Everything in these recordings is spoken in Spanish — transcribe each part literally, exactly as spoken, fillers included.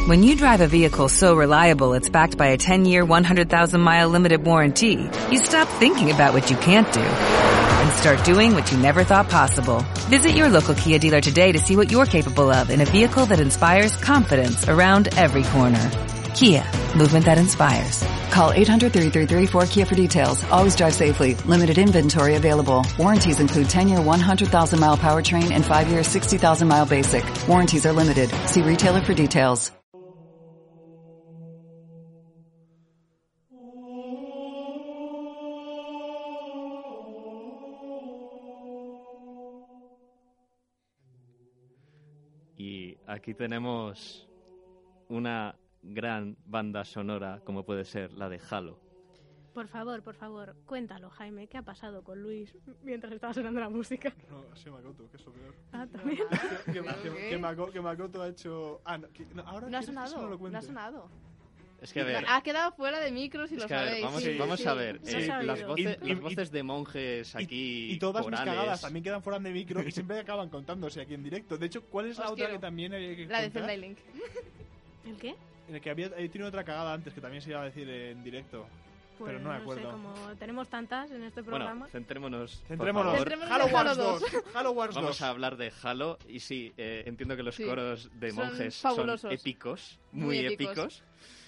When you drive a vehicle so reliable it's backed by a ten-year, one hundred thousand mile limited warranty, you stop thinking about what you can't do and start doing what you never thought possible. Visit your local Kia dealer today to see what you're capable of in a vehicle that inspires confidence around every corner. Kia, movement that inspires. Call eight hundred, three three three, four K I A for details. Always drive safely. Limited inventory available. Warranties include ten-year, one hundred thousand mile powertrain and five-year, sixty thousand mile basic. Warranties are limited. See retailer for details. Y aquí tenemos una gran banda sonora como puede ser la de Halo. Por favor, por favor, cuéntalo, Jaime, ¿qué ha pasado con Luis mientras estaba sonando la música? No, ha sido Makoto, que es lo peor. Ah, también. que, que, que, que, Mako, que Makoto ha hecho... Ah, no, que, no ahora no ha que sonado, no, lo no ha sonado. Es que a ver... Ha quedado fuera de micro si es lo que a ver, sabéis. vamos, sí, vamos sí. a ver, Sí, eh, sí, las, voces, y, las y, voces de monjes aquí Y, y todas corales. mis cagadas también quedan fuera de micro y siempre acaban contándose aquí en directo. De hecho, ¿cuál es la Os otra quiero. que también hay que La de contar? Zelda y Link. ¿El qué? En el que había he tenido otra cagada antes que también se iba a decir en directo. Pues pero no me sé, acuerdo. como tenemos tantas en este programa. Bueno, centrémonos. Centrémonos. Por favor. Centrémonos Halo en Wars Halo dos. dos. Halo Wars Vamos dos. a hablar de Halo y sí, eh, entiendo que los Sí. coros de Son monjes son, fabulosos. épicos, muy, Muy épicos. épicos.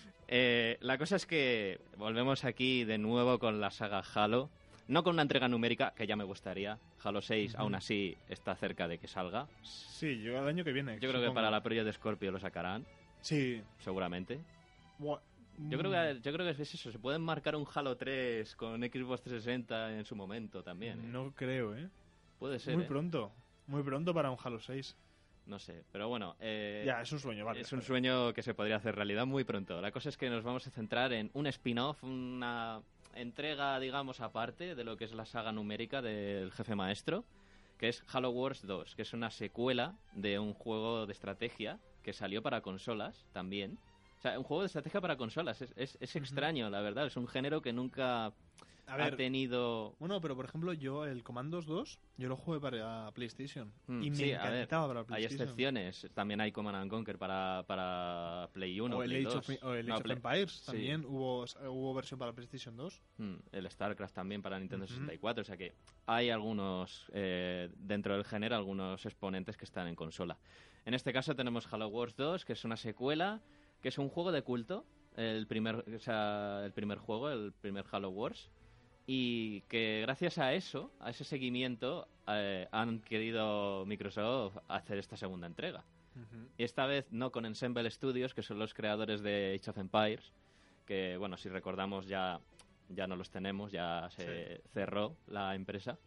Eh, la cosa es que volvemos aquí de nuevo con la saga Halo, no con una entrega numérica, que ya me gustaría. Halo seis Ujú. aún así está cerca de que salga. Sí, yo el año que viene. Yo creo que supongo. para la Project Scorpio lo sacarán, Sí. seguramente. Buah. Yo creo que yo creo que es eso, se pueden marcar un Halo tres con Xbox trescientos sesenta en su momento también. ¿eh? No creo, ¿eh? Puede ser, Muy ¿eh? pronto. Muy pronto para un Halo seis. No sé, pero bueno, eh, Ya, es un sueño, vale. es un sueño que se podría hacer realidad muy pronto. La cosa es que nos vamos a centrar en un spin-off, una entrega, digamos, aparte de lo que es la saga numérica del jefe maestro, que es Halo Wars dos, que es una secuela de un juego de estrategia que salió para consolas también. O sea, un juego de estrategia para consolas. Es, es, es extraño, la verdad. Es un género que nunca A ver, ha tenido... bueno, pero por ejemplo, yo el Commandos dos, yo lo jugué para PlayStation. Mm, y me sí, a ver, encantaba para hay PlayStation. excepciones. También hay Command and Conquer para, para Play uno, O el Play Age dos. of, o el No, Age of Play- Empires sí. también hubo, hubo versión para PlayStation dos. Mm, el StarCraft también para Nintendo Ujú. sesenta y cuatro, o sea que hay algunos, eh, dentro del género, algunos exponentes que están en consola. En este caso tenemos Halo Wars dos, que es una secuela, que es un juego de culto, el primer, o sea, el primer juego, el primer Halo Wars, y que gracias a eso, a ese seguimiento, eh, han querido Microsoft hacer esta segunda entrega. Ujú. Y esta vez no con Ensemble Studios, que son los creadores de Age of Empires, que, bueno, si recordamos ya, ya no los tenemos, ya se cerró la empresa.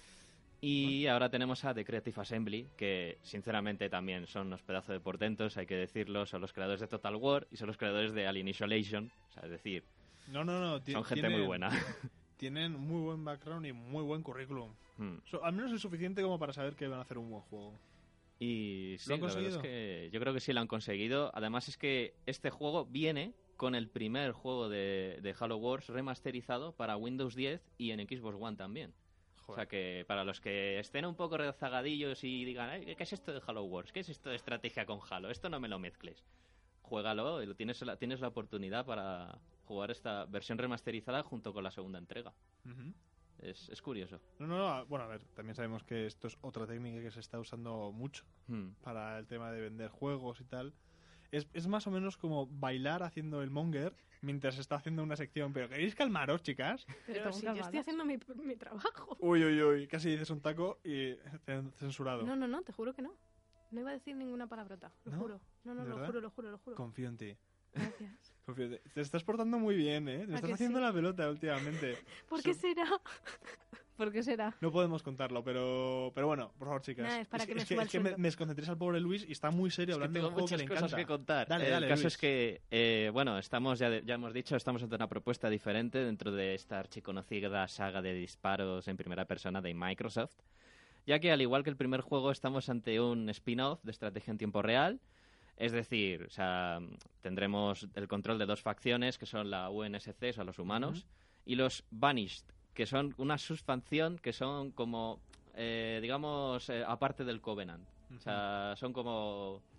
Y ahora tenemos a The Creative Assembly, que sinceramente también son unos pedazos de portentos, hay que decirlo, son los creadores de Total War y son los creadores de Alien Isolation, o sea, es decir, No, no, no. ti- son gente tienen- muy buena. Tienen muy buen background y muy buen currículum. Hmm. So- al menos es suficiente como para saber que van a hacer un buen juego. Y sí, ¿Lo han la verdad es conseguido? que yo creo que sí lo han conseguido. Además es que este juego viene con el primer juego de, de Halo Wars remasterizado para Windows diez y en Xbox One también. O sea que para los que estén un poco rezagadillos y digan, "Ay, ¿qué es esto de Halo Wars? ¿Qué es esto de estrategia con Halo? Esto no me lo mezcles." Juégalo y lo tienes, la, tienes la oportunidad para jugar esta versión remasterizada junto con la segunda entrega. Ujú. Es, es curioso. No, no, no. Bueno, a ver, también sabemos que esto es otra técnica que se está usando mucho Hmm. para el tema de vender juegos y tal. Es, es más o menos como bailar haciendo el monger mientras se está haciendo una sección. Pero ¿queréis calmaros, chicas? Pero Estamos si yo calmadas. estoy haciendo mi, mi trabajo. Uy, uy, uy. Casi dices un taco y cen- censurado. No, no, no, te juro que no. No iba a decir ninguna palabrota, lo ¿No? juro. No, no, ¿De lo verdad? juro, lo juro, lo juro. Confío en ti. Gracias. Confío en ti. Te estás portando muy bien, ¿eh? Te ¿A estás que haciendo sí? la pelota últimamente. ¿Por qué So- será? ¿Por qué será? No podemos contarlo, pero pero bueno, por favor, chicas. Nah, es para que me es suba es el que me, sueldo. me desconcentréis al pobre Luis y está muy serio Es que hablando de tengo un juego que muchas le cosas encanta. que contar. Dale, el dale, caso Luis. es que, eh, bueno, estamos ya, de- ya hemos dicho, estamos ante una propuesta diferente dentro de esta archiconocida saga de disparos en primera persona de Microsoft, ya que al igual que el primer juego estamos ante un spin-off de estrategia en tiempo real, es decir, o sea, tendremos el control de dos facciones que son la U N S C, o sea, los humanos, y los Banished, que son una subfacción que son como, eh, digamos, eh, aparte del Covenant. O sea, son como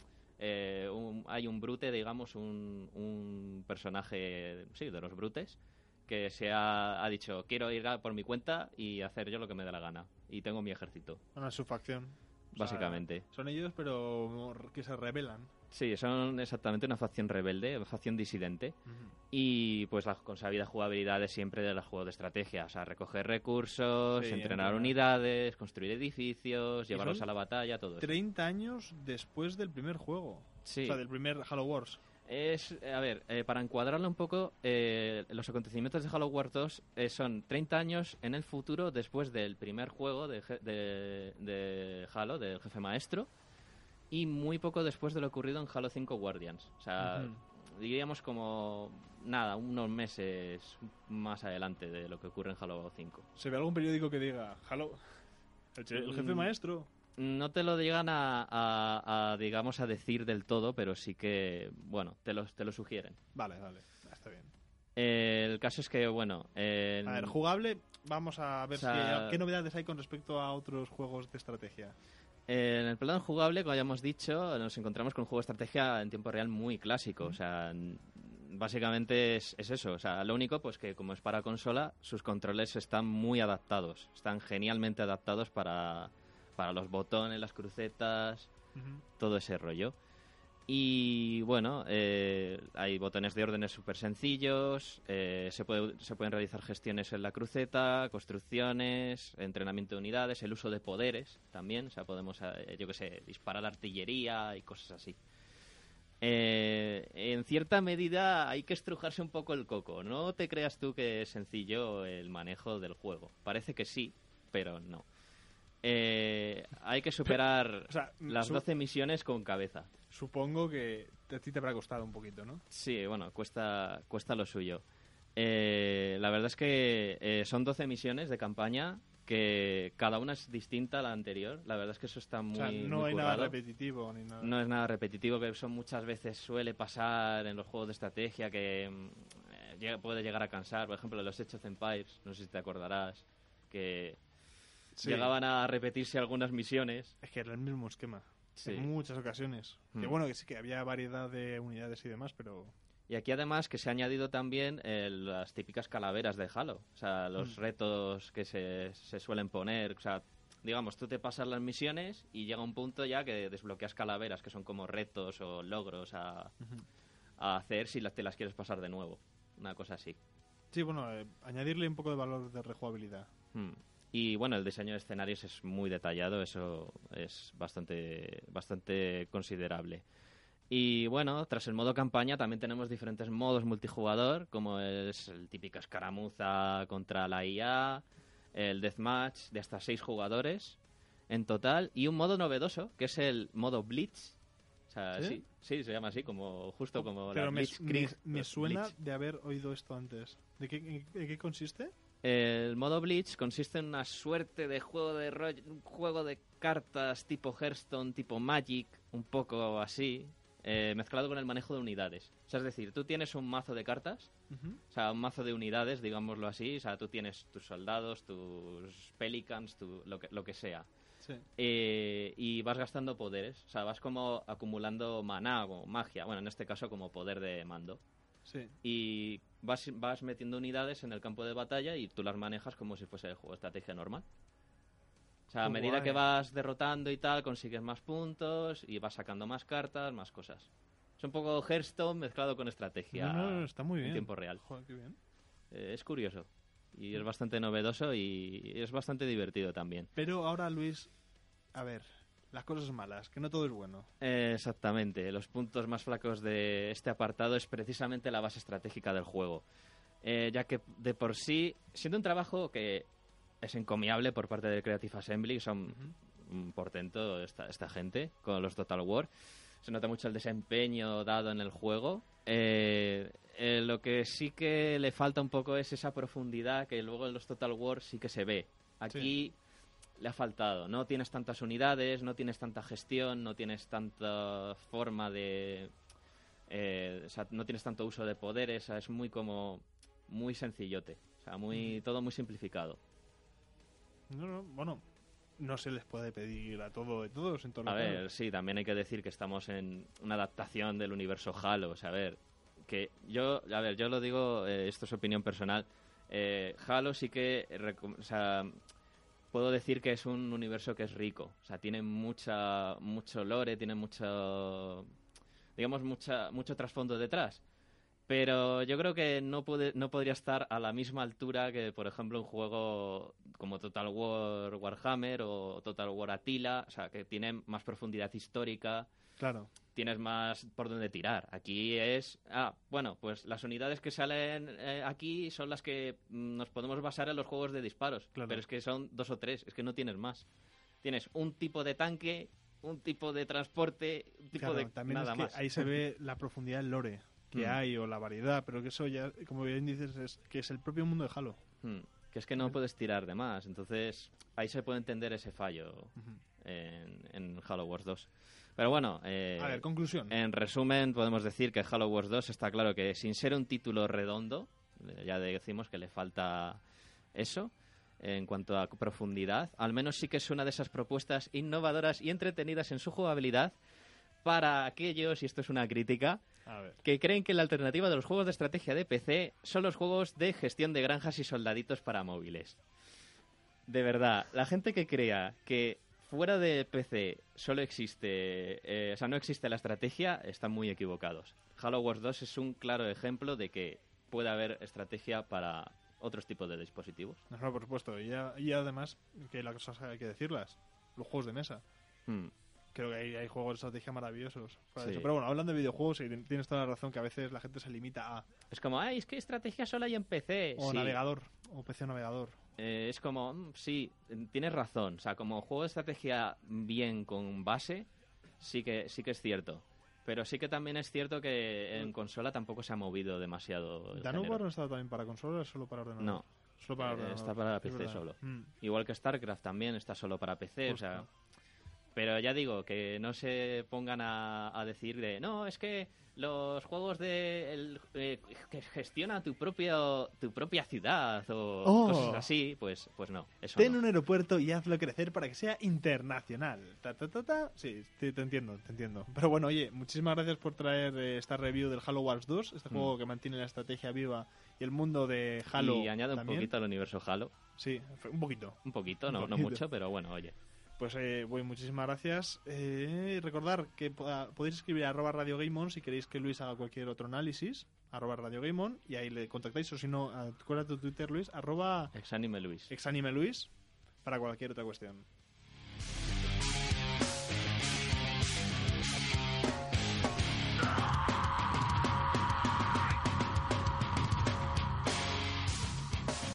eh, un, hay un brute, digamos, un, un personaje, sí, de los brutes, que se ha, ha dicho, quiero ir a por mi cuenta y hacer yo lo que me dé la gana. Y tengo mi ejército. Bueno, es su facción. O sea, básicamente. son ellos, pero que se rebelan. Sí, son exactamente una facción rebelde, una facción disidente. Uh-huh. Y pues la consabida jugabilidad de siempre de los juegos de estrategia. O sea, recoger recursos, Sí, entrenar entrenar. unidades, construir edificios, Y llevarlos son a la batalla, todo eso. treinta años después del primer juego. Sí. O sea, del primer Halo Wars. Es, a ver, eh, para encuadrarlo un poco, eh, los acontecimientos de Halo Wars dos eh, son treinta años en el futuro después del primer juego de, je- de, de Halo, del jefe maestro, y muy poco después de lo ocurrido en Halo cinco Guardians. O sea, Ujú. diríamos como, nada, unos meses más adelante de lo que ocurre en Halo cinco. ¿Se ve algún periódico que diga Halo? El, che- el jefe Mm. maestro. No te lo llegan a, a- a, digamos, a decir del todo, pero sí que, bueno, te lo, te lo sugieren. Vale, vale. Ah, está bien. Eh, el caso es que, bueno... eh, A ver, jugable, vamos a ver O sea- si hay- qué novedades hay con respecto a otros juegos de estrategia. Eh, en el plano jugable, como ya hemos dicho, nos encontramos con un juego de estrategia en tiempo real muy clásico. O sea, n- básicamente es, es eso. O sea, lo único, pues que como es para consola, sus controles están muy adaptados. Están genialmente adaptados para, para los botones, las crucetas, Ujú. todo ese rollo. Y bueno, eh, hay botones de órdenes súper sencillos, eh, se, puede, se pueden realizar gestiones en la cruceta, construcciones, entrenamiento de unidades, el uso de poderes también, o sea, podemos, eh, yo qué sé, disparar artillería y cosas así. Eh, en cierta medida hay que estrujarse un poco el coco, no te creas tú que es sencillo el manejo del juego, parece que sí, pero no. Eh, hay que superar O sea, las su- doce misiones con cabeza. Supongo que a ti te habrá costado un poquito, ¿no? Sí, bueno, cuesta, cuesta lo suyo. Eh, la verdad es que eh, son doce misiones de campaña que cada una es distinta a la anterior. La verdad es que eso está muy, o sea, no muy hay nada currado. repetitivo ni nada. No es nada repetitivo, que eso muchas veces suele pasar en los juegos de estrategia, que mm, eh, llega- puede llegar a cansar. Por ejemplo, los Age of Empires, no sé si te acordarás, que Sí. llegaban a repetirse algunas misiones. Es que era el mismo esquema. Sí. En muchas ocasiones. Hmm. Que bueno, que sí que había variedad de unidades y demás, pero... Y aquí además que se ha añadido también eh, las típicas calaveras de Halo, o sea, los Mm. retos que se, se suelen poner, o sea, digamos, tú te pasas las misiones y llega un punto ya que desbloqueas calaveras, que son como retos o logros a, a hacer si las, te las quieres pasar de nuevo, una cosa así. Sí, bueno, eh, añadirle un poco de valor de rejugabilidad. Mm. Y bueno, el diseño de escenarios es muy detallado, eso es bastante, bastante considerable. Y bueno, tras el modo campaña también tenemos diferentes modos multijugador, como es el típico escaramuza contra la I A, el deathmatch de hasta seis jugadores en total, y un modo novedoso, que es el modo Blitz. O sea, ¿Sí? sí, sí, se llama así, como justo como pero la me, Blitzkrieg, me- me pues, suena Blitz. de haber oído esto antes. ¿De qué, en- en qué consiste? El modo Blitz consiste en una suerte de juego de rollo, un juego de cartas tipo Hearthstone, tipo Magic, un poco así, eh, mezclado con el manejo de unidades. O sea, es decir, tú tienes un mazo de cartas, Ujú. o sea, un mazo de unidades, digámoslo así, o sea, tú tienes tus soldados, tus pelicans, tu, lo, que, lo que sea. Sí. Eh, y vas gastando poderes, o sea, vas como acumulando maná o magia, bueno, en este caso como poder de mando. Sí. Y vas, vas metiendo unidades en el campo de batalla y tú las manejas como si fuese el juego de estrategia normal. O sea, a Qué medida guay. que vas derrotando y tal, consigues más puntos y vas sacando más cartas, más cosas. Es un poco Hearthstone mezclado con estrategia No, no, está muy bien. en tiempo real. Joder, qué bien. Eh, es curioso y es bastante novedoso y es bastante divertido también. Pero ahora, Luis, a ver, las cosas malas, que no todo es bueno. Eh, exactamente. Los puntos más flacos de este apartado es precisamente la base estratégica del juego. Eh, ya que de por sí, siendo un trabajo que es encomiable por parte del Creative Assembly, son un portento esta, esta gente con los Total War. Se nota mucho el desempeño dado en el juego. Eh, eh, lo que sí que le falta un poco es esa profundidad que luego en los Total War sí que se ve. Aquí le ha faltado. No tienes tantas unidades, no tienes tanta gestión, no tienes tanta forma de... eh, o sea, no tienes tanto uso de poderes. O sea, es muy como... muy sencillote. O sea, muy todo muy simplificado. No, no, bueno, no se les puede pedir a todo, de todos en todo A lo ver, sí, también hay que decir que estamos en una adaptación del universo Halo. O sea, a ver, que yo, a ver, yo lo digo, eh, esto es opinión personal. Eh, Halo sí que, o sea, puedo decir que es un universo que es rico. O sea, tiene mucha, mucho lore, tiene mucho, digamos, mucha, mucho trasfondo detrás. Pero yo creo que no puede, no podría estar a la misma altura que, por ejemplo, un juego como Total War Warhammer o Total War Attila, o sea, que tienen más profundidad histórica. Claro. Tienes más por donde tirar. Aquí es... Ah, bueno, pues las unidades que salen eh, aquí son las que mm, nos podemos basar en los juegos de disparos. Claro. Pero es que son dos o tres, es que no tienes más. Tienes un tipo de tanque, un tipo de transporte, un tipo Claro, de... también nada es que más. ahí se ve la profundidad del lore que Mm. hay o la variedad, pero que eso ya, como bien dices, es que es el propio mundo de Halo. Hmm, Que es que no puedes tirar de más. Entonces, ahí se puede entender ese fallo Ujú. en, en Halo Wars dos. Pero bueno, eh, A ver, conclusión. en resumen, podemos decir que Halo Wars dos está claro que sin ser un título redondo, eh, ya decimos que le falta eso en cuanto a profundidad, al menos sí que es una de esas propuestas innovadoras y entretenidas en su jugabilidad para aquellos, y esto es una crítica, A ver. que creen que la alternativa de los juegos de estrategia de P C son los juegos de gestión de granjas y soldaditos para móviles. De verdad, la gente que crea que fuera de P C solo existe, eh, o sea, no existe la estrategia, están muy equivocados. Halo Wars dos es un claro ejemplo de que puede haber estrategia para otros tipos de dispositivos. No, no, por supuesto. Y, ya- y además, que las cosas hay que decirlas. Los juegos de mesa. Hmm. Creo que hay, hay juegos de estrategia maravillosos. fuera de Sí. eso. Pero bueno, hablando de videojuegos, y tienes toda la razón que a veces la gente se limita a Es como, ay, es que estrategia solo hay en P C. o Sí. navegador, o P C navegador. Eh, es como, mm, sí, eh, tienes razón. O sea, como juego de estrategia bien con base, sí que, sí que es cierto. Pero sí que también es cierto que en consola tampoco se ha movido demasiado el ¿Danubar género. no está también para consola o es solo para ordenador? No, Solo para eh, ordenador. está para es P C verdad. solo. Mm. Igual que StarCraft también está solo para P C, o sea... Justo. Pero ya digo, que no se pongan a, a decir de, no, es que los juegos de el, eh, que gestiona tu propio tu propia ciudad o Oh. cosas así, pues pues no, eso Ten no. un aeropuerto y hazlo crecer para que sea internacional. Ta, ta, ta, ta. Sí, te, te entiendo, te entiendo. Pero bueno, oye, muchísimas gracias por traer eh, esta review del Halo Wars dos, este Mm. juego que mantiene la estrategia viva y el mundo de Halo. Y añade un también. poquito al universo Halo, Sí, un poquito. un poquito, Un no, no poquito. mucho, pero bueno, oye. Pues eh, bueno, muchísimas gracias. Eh, recordar que poda- podéis escribir a arroba Radio Game On si queréis que Luis haga cualquier otro análisis, arroba Radio Game On, y ahí le contactáis, o si no, acuérdate tu Twitter, Luis, arroba Exánime Luis. Exanime Luis, para cualquier otra cuestión.